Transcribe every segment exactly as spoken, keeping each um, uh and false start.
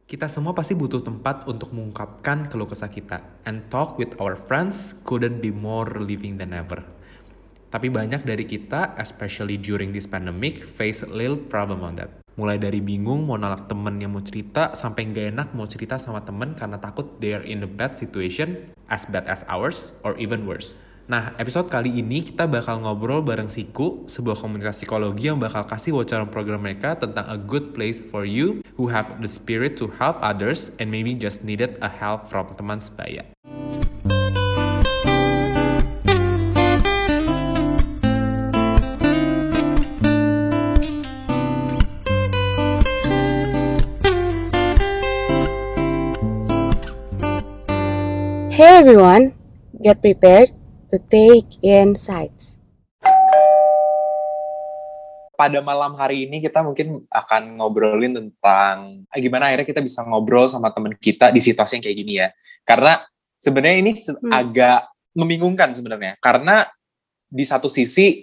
Kita semua pasti butuh tempat untuk mengungkapkan keluh kesah kita. And talk with our friends couldn't be more relieving than ever. Tapi banyak dari kita, especially during this pandemic, face a little problem on that. Mulai dari bingung mau nolak temen yang mau cerita, sampai gak enak mau cerita sama temen karena takut they're in a bad situation, as bad as ours, or even worse. Nah, episode kali ini kita bakal ngobrol bareng Siku, sebuah komunitas psikologi yang bakal kasih bocoran program mereka tentang a good place for you who have the spirit to help others and maybe just needed a help from teman sebaya. Hey everyone, get prepared to take insights. Pada malam hari ini kita mungkin akan ngobrolin tentang gimana akhirnya kita bisa ngobrol sama teman kita di situasi yang kayak gini ya. Karena sebenarnya ini hmm. agak membingungkan sebenarnya. Karena di satu sisi,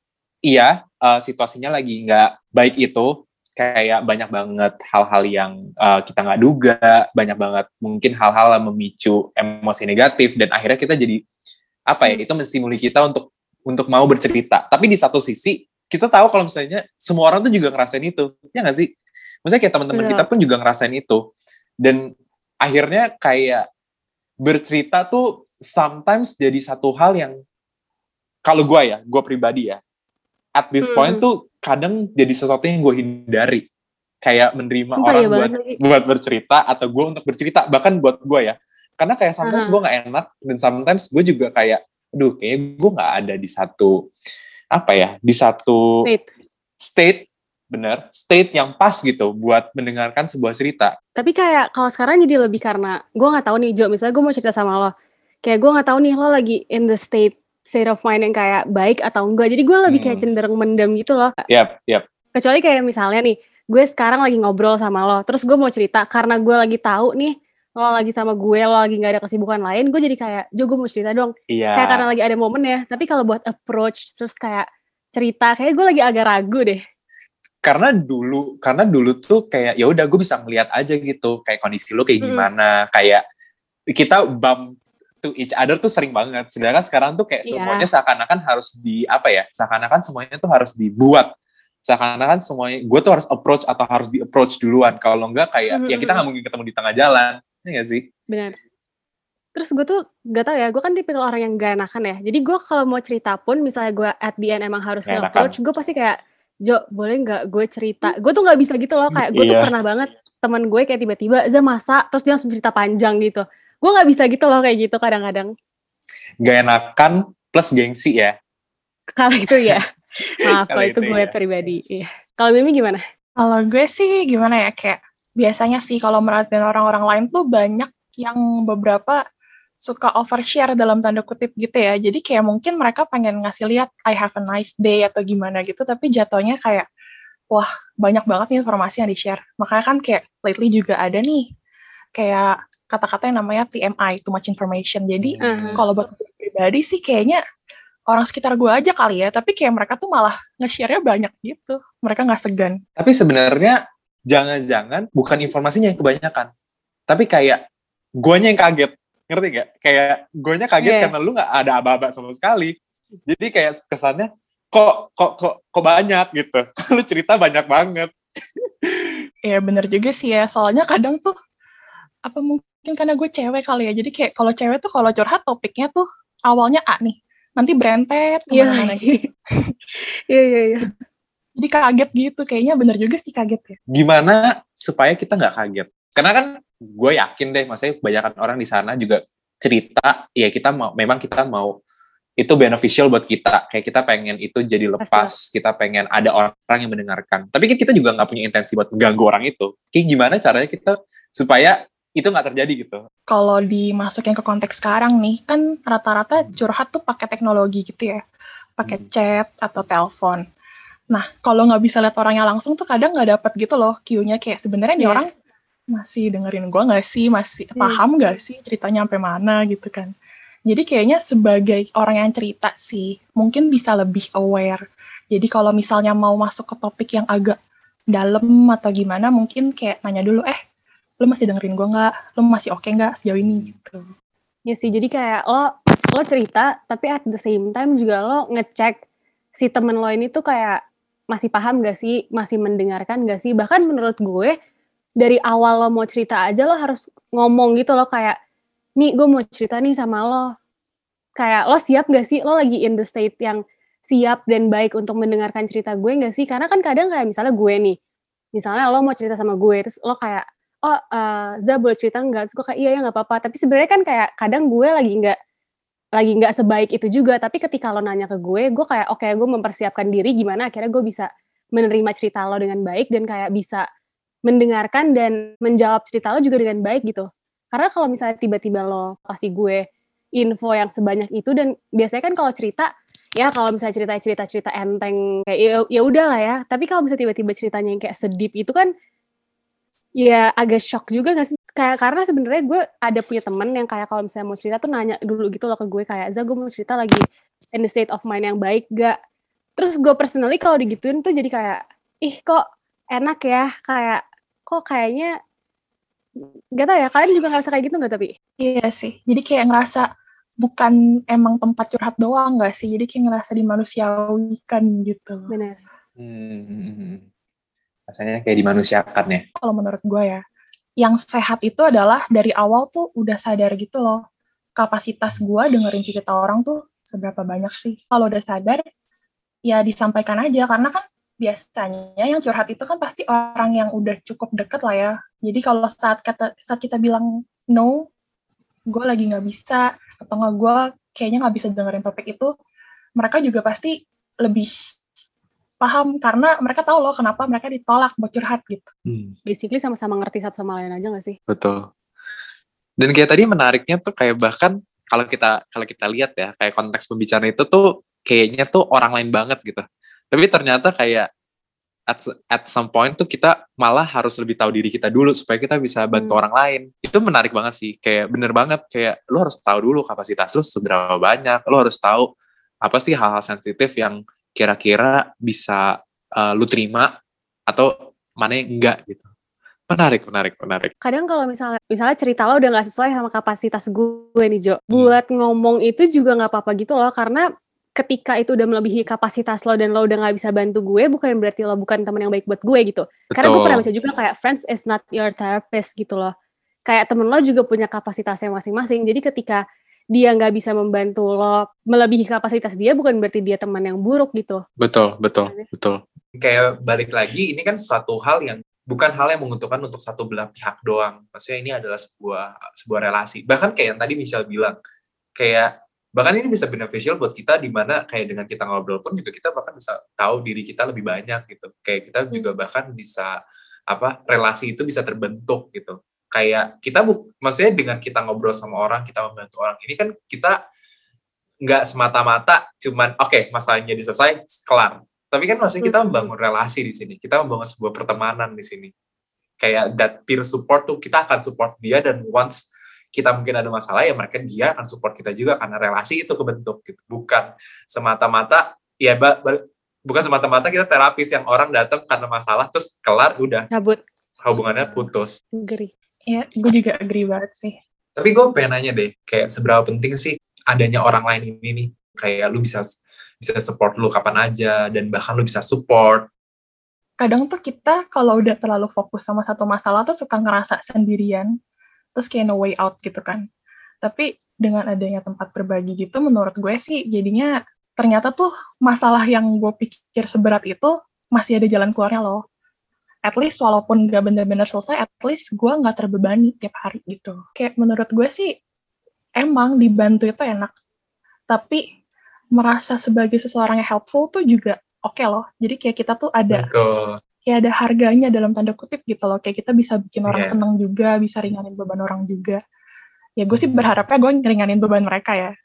iya uh, situasinya lagi nggak baik itu. Kayak banyak banget hal-hal yang uh, kita nggak duga, banyak banget mungkin hal-hal yang memicu emosi negatif, dan akhirnya kita jadi, apa ya, itu menstimuli kita untuk untuk mau bercerita. Tapi di satu sisi, kita tahu kalau misalnya semua orang tuh juga ngerasain itu, ya nggak sih? Maksudnya kayak teman-teman yeah. kita pun juga ngerasain itu. Dan akhirnya kayak bercerita tuh sometimes jadi satu hal yang, kalau gue ya, gue pribadi ya, at this hmm. point tuh kadang jadi sesuatu yang gue hindari. Kayak menerima Sumpah orang ya buat, buat bercerita, atau gue untuk bercerita, bahkan buat gue ya. Karena kayak sometimes uh-huh. gue gak enak, dan sometimes gue juga kayak, aduh kayaknya gue gak ada di satu, apa ya, di satu state, state bener, state yang pas gitu, buat mendengarkan sebuah cerita. Tapi kayak, kalau sekarang jadi lebih karena, gue gak tahu nih Jo, misalnya gue mau cerita sama lo, kayak gue gak tahu nih, lo lagi in the state, state of mind yang kayak baik atau enggak. Jadi gue lebih kayak cenderung mendem gitu loh. Yap, yap. Kecuali kayak misalnya nih, gue sekarang lagi ngobrol sama lo, terus gue mau cerita, karena gue lagi tahu nih, lo lagi sama gue, lo lagi gak ada kesibukan lain, gue jadi kayak, Jo gue mau cerita dong. Iya. Kayak karena lagi ada momen ya. Tapi kalau buat approach, terus kayak cerita, kayak gue lagi agak ragu deh. Karena dulu, karena dulu tuh kayak, ya udah gue bisa ngeliat aja gitu, kayak kondisi lo kayak gimana, mm. kayak kita bump to each other tuh sering banget. Sedangkan sekarang tuh kayak semuanya yeah. seakan-akan harus di apa ya? Seakan-akan semuanya tuh harus dibuat. Seakan-akan semuanya gue tuh harus approach atau harus di approach duluan. Kalau enggak kayak mm-hmm. ya kita nggak mungkin ketemu di tengah jalan, ya nggak sih? Benar. Terus gue tuh gak tau ya, gue kan tipikal orang yang gak enakan ya. Jadi gue kalau mau cerita pun, misalnya gue at the end emang harus nge-approach, gue pasti kayak, Jo boleh nggak gue cerita? Gue tuh nggak bisa gitu loh. Kayak gue yeah. tuh pernah banget teman gue kayak tiba-tiba Za masa, terus dia langsung cerita panjang gitu. Gue gak bisa gitu loh kayak gitu kadang-kadang. Gak enakan plus gengsi ya? Kalau itu ya. Maaf, kalau itu, itu gue ya. Pribadi. Iya. Kalau Mimi gimana? Kalau gue sih gimana ya, kayak biasanya sih kalau merhatiin orang-orang lain tuh banyak yang beberapa suka overshare dalam tanda kutip gitu ya. Jadi kayak mungkin mereka pengen ngasih lihat I have a nice day atau gimana gitu, tapi jatuhnya kayak wah banyak banget nih informasi yang di-share. Makanya kan kayak lately juga ada nih kayak kata-kata yang namanya T M I, too much information. Jadi uh-huh. kalau buat gue pribadi sih kayaknya orang sekitar gue aja kali ya, tapi kayak mereka tuh malah nge-share-nya banyak gitu. Mereka gak segan. Tapi sebenarnya jangan-jangan bukan informasinya yang kebanyakan, tapi kayak guanya yang kaget. Ngerti gak? Kayak guanya kaget yeah. karena lu gak ada aba-aba sama sekali. Jadi kayak kesannya kok kok kok, kok banyak gitu. Lu cerita banyak banget. Iya bener juga sih ya, soalnya kadang tuh apa mungkin karena gue cewek kali ya, jadi kayak kalau cewek tuh kalau curhat topiknya tuh awalnya A nih, nanti berentet kemana-mana gitu. Iya iya iya. Jadi kaget gitu, kayaknya bener juga sih kaget ya. Gimana supaya kita nggak kaget? Karena kan gue yakin deh, maksudnya kebanyakan orang di sana juga cerita, ya kita mau, memang kita mau itu beneficial buat kita, kayak kita pengen itu jadi lepas, Pasti. Kita pengen ada orang yang mendengarkan. Tapi kita juga nggak punya intensi buat mengganggu orang itu. Kayak gimana caranya kita supaya itu nggak terjadi gitu. Kalau dimasukin ke konteks sekarang nih, kan rata-rata curhat tuh pakai teknologi gitu ya, pakai hmm. chat atau telepon. Nah, kalau nggak bisa lihat orangnya langsung tuh kadang nggak dapet gitu loh cue-nya, kayak sebenarnya nih yeah. orang masih dengerin gue nggak sih, masih hmm. paham nggak sih ceritanya sampai mana gitu kan. Jadi kayaknya sebagai orang yang cerita sih, mungkin bisa lebih aware. Jadi kalau misalnya mau masuk ke topik yang agak dalam atau gimana, mungkin kayak nanya dulu, eh lo masih dengerin gue nggak, lo masih oke okay nggak sejauh ini gitu. Ya sih, jadi kayak lo lo cerita tapi at the same time juga lo ngecek si temen lo ini tuh kayak masih paham gak sih, masih mendengarkan gak sih. Bahkan menurut gue dari awal lo mau cerita aja lo harus ngomong gitu lo kayak, Mi gue mau cerita nih sama lo, kayak lo siap gak sih, lo lagi in the state yang siap dan baik untuk mendengarkan cerita gue gak sih. Karena kan kadang kayak misalnya gue nih, misalnya lo mau cerita sama gue terus lo kayak, oh uh, Za boleh cerita nggak? Terus gue kayak iya ya nggak apa-apa. Tapi sebenarnya kan kayak kadang gue lagi nggak lagi nggak sebaik itu juga. Tapi ketika lo nanya ke gue, gue kayak oke okay, gue mempersiapkan diri gimana akhirnya gue bisa menerima cerita lo dengan baik dan kayak bisa mendengarkan dan menjawab cerita lo juga dengan baik gitu. Karena kalau misalnya tiba-tiba lo kasih gue info yang sebanyak itu dan biasanya kan kalau cerita ya kalau misalnya cerita cerita cerita enteng kayak ya, ya udah lah ya. Tapi kalau misalnya tiba-tiba ceritanya yang kayak sedip itu kan ya agak shock juga gak sih? Kayak karena sebenarnya gue ada punya temen yang kayak kalau misalnya mau cerita tuh nanya dulu gitu loh ke gue kayak, Za gue mau cerita lagi in the state of mind yang baik gak? Terus gue personally kalau digituin tuh jadi kayak, ih kok enak ya, kayak kok kayaknya gak tau ya, kalian juga ngerasa kayak gitu gak tapi? Iya sih, jadi kayak ngerasa bukan emang tempat curhat doang gak sih? Jadi kayak ngerasa dimanusiawikan gitu. Benar. Hmm. Rasanya kayak dimanusiakan ya. Kalau menurut gue ya, yang sehat itu adalah dari awal tuh udah sadar gitu loh. Kapasitas gue dengerin cerita orang tuh seberapa banyak sih. Kalau udah sadar, ya disampaikan aja. Karena kan biasanya yang curhat itu kan pasti orang yang udah cukup deket lah ya. Jadi kalau saat kita, saat kita bilang no, gue lagi gak bisa, atau nggak gue kayaknya gak bisa dengerin topik itu, mereka juga pasti lebih paham karena mereka tahu loh kenapa mereka ditolak buat curhat gitu. Hmm. Basically sama-sama ngerti satu sama lain aja gak sih? Betul. Dan kayak tadi menariknya tuh kayak bahkan kalau kita kalau kita lihat ya kayak konteks pembicaraan itu tuh kayaknya tuh orang lain banget gitu. Tapi ternyata kayak at at some point tuh kita malah harus lebih tahu diri kita dulu supaya kita bisa bantu hmm. orang lain. Itu menarik banget sih. Kayak bener banget kayak lu harus tahu dulu kapasitas lu seberapa banyak. Lu harus tahu apa sih hal-hal sensitif yang kira-kira bisa uh, lu terima atau mana yang enggak gitu. Menarik, menarik, menarik. Kadang kalau misalnya misalnya cerita lo udah gak sesuai sama kapasitas gue nih Jo, hmm. buat ngomong itu juga gak apa-apa gitu loh, karena ketika itu udah melebihi kapasitas lo dan lo udah gak bisa bantu gue, bukan berarti lo bukan teman yang baik buat gue gitu. Betul. Karena gue pernah baca juga kayak friends is not your therapist gitu loh. Kayak temen lo juga punya kapasitasnya masing-masing, jadi ketika dia nggak bisa membantu lo melebihi kapasitas dia, bukan berarti dia teman yang buruk gitu. Betul, betul, ya, betul. Kayak balik lagi, ini kan suatu hal yang bukan hal yang menguntungkan untuk satu belah pihak doang. Maksudnya ini adalah sebuah sebuah relasi. Bahkan kayak yang tadi Michelle bilang, kayak bahkan ini bisa beneficial buat kita di mana kayak dengan kita ngobrol pun juga kita bahkan bisa tahu diri kita lebih banyak gitu. Kayak kita juga bahkan bisa apa relasi itu bisa terbentuk gitu. Kayak kita bu, maksudnya dengan kita ngobrol sama orang, kita membantu orang, ini kan kita nggak semata-mata cuman oke okay, masalahnya diselesai kelar. Tapi kan maksudnya kita membangun relasi di sini, kita membangun sebuah pertemanan di sini. Kayak that peer support tuh kita akan support dia dan once kita mungkin ada masalah ya mereka dia akan support kita juga karena relasi itu kebentuk gitu. Bukan semata-mata ya ba, ba, bukan semata-mata kita terapis yang orang datang karena masalah terus kelar udah. Cabut. Hubungannya putus. Agree. Ya, gue juga agree banget sih. Tapi gue pengen nanya deh, kayak seberapa penting sih adanya orang lain ini nih? Kayak lu bisa bisa support lu kapan aja, dan bahkan lu bisa support. Kadang tuh kita kalau udah terlalu fokus sama satu masalah tuh suka ngerasa sendirian, terus kayak no way out gitu kan. Tapi dengan adanya tempat berbagi gitu, menurut gue sih jadinya ternyata tuh masalah yang gue pikir seberat itu masih ada jalan keluarnya loh. At least walaupun gak benar-benar selesai, at least gue gak terbebani tiap hari gitu. Kayak menurut gue sih, emang dibantu itu enak. Tapi merasa sebagai seseorang yang helpful tuh juga oke okay loh. Jadi kayak kita tuh ada, Betul. kayak ada harganya dalam tanda kutip gitu loh. Kayak kita bisa bikin orang yeah. senang juga, bisa ringanin beban orang juga. Ya gue sih berharapnya gue ngeringanin beban mereka ya.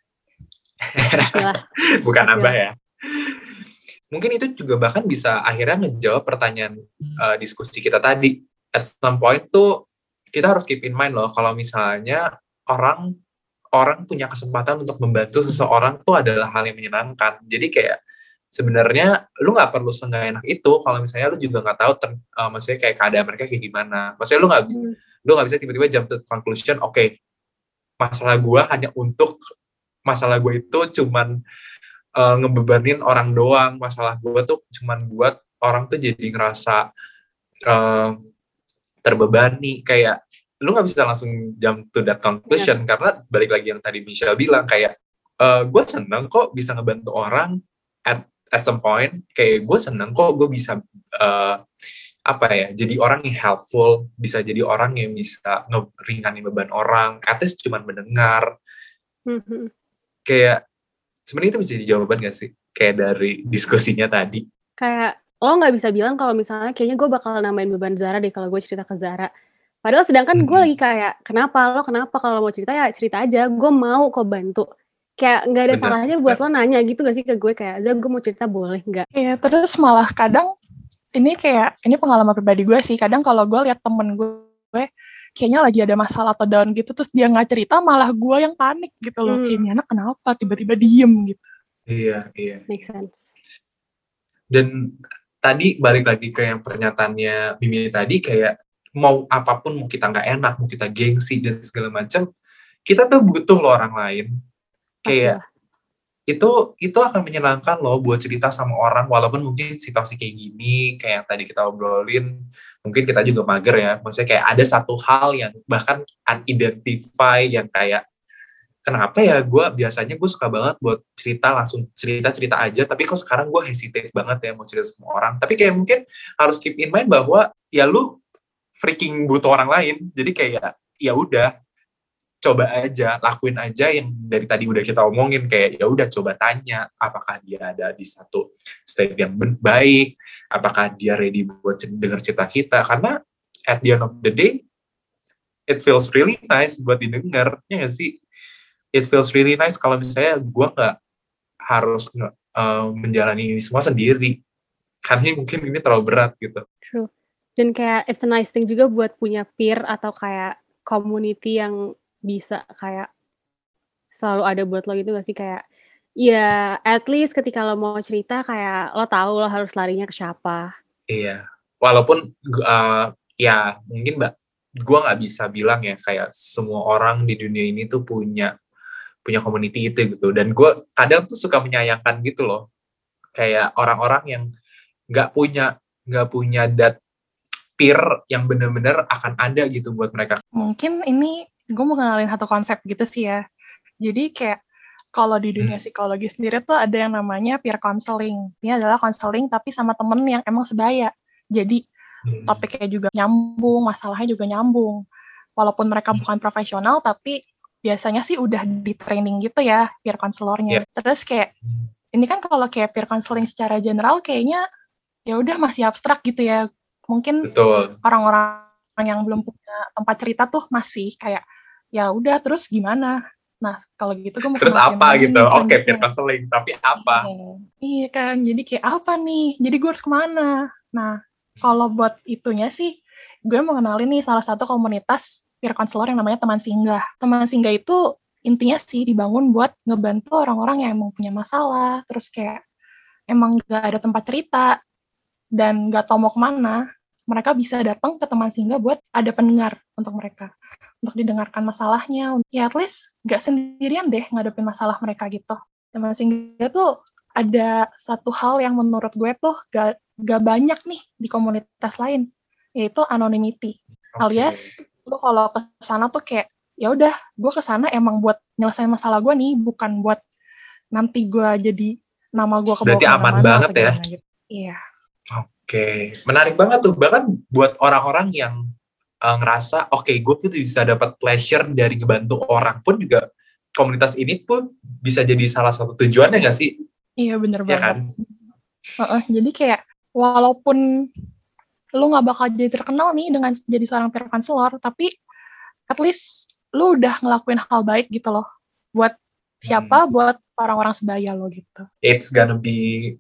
Bukan nambah ya. Mungkin itu juga bahkan bisa akhirnya ngejawab pertanyaan uh, diskusi kita tadi. At some point tuh kita harus keep in mind loh kalau misalnya orang orang punya kesempatan untuk membantu seseorang tuh adalah hal yang menyenangkan. Jadi kayak sebenarnya lu nggak perlu seenggak enak itu kalau misalnya lu juga nggak tahu ter, uh, maksudnya kayak keadaan mereka kayak gimana. Maksudnya lu nggak bisa, Lu nggak bisa tiba-tiba jump to conclusion, oke, okay, masalah gue hanya untuk, masalah gue itu cuman uh, ngebebanin orang doang, masalah gue tuh cuman buat orang tuh jadi ngerasa uh, terbebani, kayak lu nggak bisa langsung jump to that conclusion, yeah. Karena balik lagi yang tadi Michelle bilang, kayak uh, gue seneng kok bisa ngebantu orang at at some point, kayak gue seneng kok gue bisa uh, apa ya, jadi orang yang helpful, bisa jadi orang yang bisa ngeringanin beban orang, at least cuman mendengar. Mm-hmm. Kayak sebenarnya itu bisa jadi jawaban gak sih, kayak dari diskusinya tadi? Kayak lo nggak bisa bilang kalau misalnya kayaknya gue bakal nambahin beban Zara deh kalau gue cerita ke Zara. Padahal sedangkan mm-hmm. gue lagi kayak, kenapa lo kenapa kalau mau cerita ya cerita aja, gue mau kok bantu. Kayak nggak ada benar, salahnya buat benar. Lo nanya gitu gak sih ke gue, kayak Zara gue mau cerita boleh nggak? Iya, terus malah kadang ini kayak, ini pengalaman pribadi gue sih, kadang kalau gue lihat temen gue, gue kayaknya lagi ada masalah atau down gitu, terus dia nggak cerita, malah gue yang panik gitu loh, hmm. kayaknya anak kenapa, tiba-tiba diem gitu. Iya, iya. Make sense. Dan tadi balik lagi ke yang pernyataannya Mimi tadi, kayak mau apapun, mau kita nggak enak, mau kita gengsi, dan segala macam, kita tuh butuh loh orang lain. Kayak, Pastilah. itu itu akan menyenangkan loh buat cerita sama orang, walaupun mungkin situasi kayak gini, kayak yang tadi kita obrolin, mungkin kita juga mager ya, maksudnya kayak ada satu hal yang bahkan unidentify, yang kayak kenapa ya gue biasanya gue suka banget buat cerita, langsung cerita-cerita aja, tapi kok sekarang gue hesitate banget ya mau cerita sama orang, tapi kayak mungkin harus keep in mind bahwa ya lu freaking butuh orang lain, jadi kayak ya udah, coba aja, lakuin aja yang dari tadi udah kita omongin, kayak ya udah coba tanya apakah dia ada di satu state yang baik, apakah dia ready buat dengar cerita kita, karena at the end of the day it feels really nice buat didengar, ya nggak sih? It feels really nice kalau misalnya gue nggak harus uh, menjalani ini semua sendiri, karena mungkin ini terlalu berat gitu. True. Dan kayak it's a nice thing juga buat punya peer atau kayak community yang bisa kayak selalu ada buat lo gitu gak sih, kayak ya at least ketika lo mau cerita kayak lo tahu lo harus larinya ke siapa. Iya, walaupun uh, ya mungkin mbak gue nggak bisa bilang ya kayak semua orang di dunia ini tuh punya punya community itu gitu, dan gue kadang tuh suka menyayangkan gitu loh, kayak orang-orang yang nggak punya nggak punya that peer yang benar-benar akan ada gitu buat mereka. Mungkin ini gue mau kenalin satu konsep gitu sih ya. Jadi kayak kalau di dunia hmm. psikologi sendiri tuh ada yang namanya peer counseling. Ini adalah counseling tapi sama temen yang emang sebaya. Jadi hmm. topiknya juga nyambung, masalahnya juga nyambung. Walaupun mereka hmm. bukan profesional, tapi biasanya sih udah di training gitu ya peer counselornya. Yeah. Terus kayak ini kan kalau kayak peer counseling secara general kayaknya ya udah masih abstrak gitu ya. Mungkin Betul. orang-orang yang belum punya tempat cerita tuh masih kayak ya udah terus gimana? Nah kalau gitu gue mau terus apa gitu? Oke okay, peer counseling tapi apa? Iya, iya kan, jadi kayak apa nih? Jadi gue harus kemana? Nah kalau buat itunya sih gue mau kenalin nih salah satu komunitas peer counselor yang namanya Teman Singgah. Teman Singgah itu intinya sih dibangun buat ngebantu orang-orang yang emang punya masalah, terus kayak emang gak ada tempat cerita dan gak tau mau kemana. Mereka bisa datang ke Teman Singgah buat ada pendengar untuk mereka, untuk didengarkan masalahnya. Ya at least gak sendirian deh ngadepin masalah mereka gitu. Teman Singgah tuh ada satu hal yang menurut gue tuh gak, gak banyak nih di komunitas lain, yaitu anonymity. Okay. Alias lu kalau ke sana tuh kayak ya udah gue ke sana emang buat nyelesain masalah gue nih, bukan buat nanti gue jadi nama gue kebawa berarti aman banget ya. Gitu. Iya. Oke, okay. Menarik banget tuh. Bahkan buat orang-orang yang uh, ngerasa, oke, okay, gue tuh bisa dapat pleasure dari ngebantu orang pun juga, komunitas ini pun bisa jadi salah satu tujuannya nggak sih? Iya, bener ya banget. Kan? Uh-uh, jadi kayak, walaupun lu nggak bakal jadi terkenal nih dengan jadi seorang peer counselor, tapi at least lu udah ngelakuin hal baik gitu loh. Buat siapa? Hmm. Buat orang-orang sebaya lo gitu. It's gonna be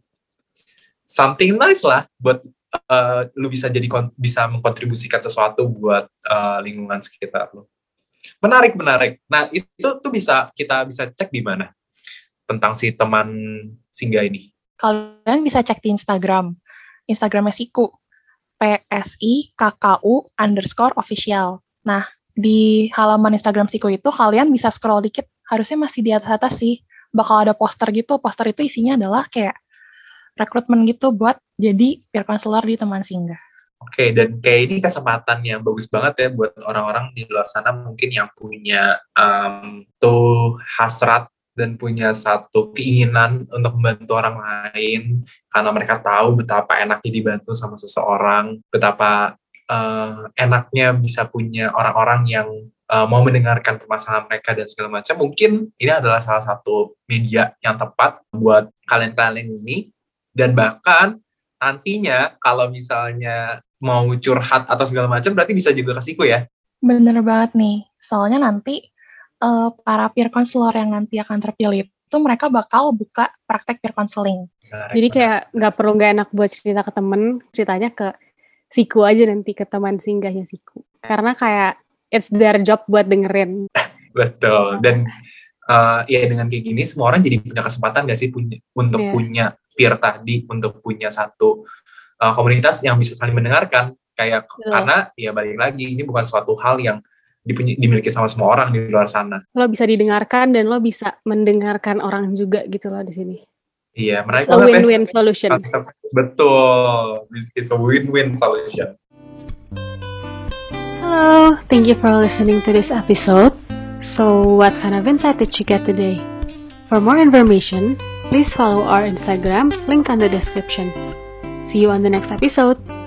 something nice lah buat uh, lu bisa jadi kon- bisa mengkontribusikan sesuatu buat uh, lingkungan sekitar lu. Menarik, menarik. Nah, itu tuh bisa kita bisa cek di mana tentang si Teman Singgah ini. Kalian bisa cek di Instagram. Instagramnya Siku. P S I K K U underscore official. Nah, di halaman Instagram Siku itu kalian bisa scroll dikit, harusnya masih di atas-atas sih. Bakal ada poster gitu, poster itu isinya adalah kayak rekrutmen gitu buat jadi peer counselor di teman singgah. Oke, dan kayak ini kesempatan yang bagus banget ya buat orang-orang di luar sana mungkin yang punya um, tuh hasrat dan punya satu keinginan untuk membantu orang lain karena mereka tahu betapa enaknya dibantu sama seseorang, betapa uh, enaknya bisa punya orang-orang yang uh, mau mendengarkan permasalahan mereka dan segala macam. Mungkin ini adalah salah satu media yang tepat buat kalian-kalian ini, dan bahkan nantinya kalau misalnya mau curhat atau segala macam berarti bisa juga ke Siku ya. Bener banget nih, soalnya nanti uh, para peer counselor yang nanti akan terpilih itu mereka bakal buka praktek peer counseling. Nah, jadi kayak nggak perlu nggak enak buat cerita ke temen, ceritanya ke Siku aja nanti, ke teman singgahnya Siku. Karena kayak it's their job buat dengerin. Betul, dan uh, ya dengan kayak gini semua orang jadi punya kesempatan gak sih punya, untuk yeah. punya peer tadi, untuk punya satu uh, komunitas yang bisa saling mendengarkan. Kayak yeah. karena ya balik lagi, ini bukan suatu hal yang dipuny- dimiliki sama semua orang di luar sana. Lo bisa didengarkan dan lo bisa mendengarkan orang juga gitu loh di sini. Iya, menarik banget. It's a win-win ya. Solution. Betul, it's a win-win solution. Hello, thank you for listening to this episode. So, what kind of insight did you get today? For more information, please follow our Instagram, link on the description. See you on the next episode.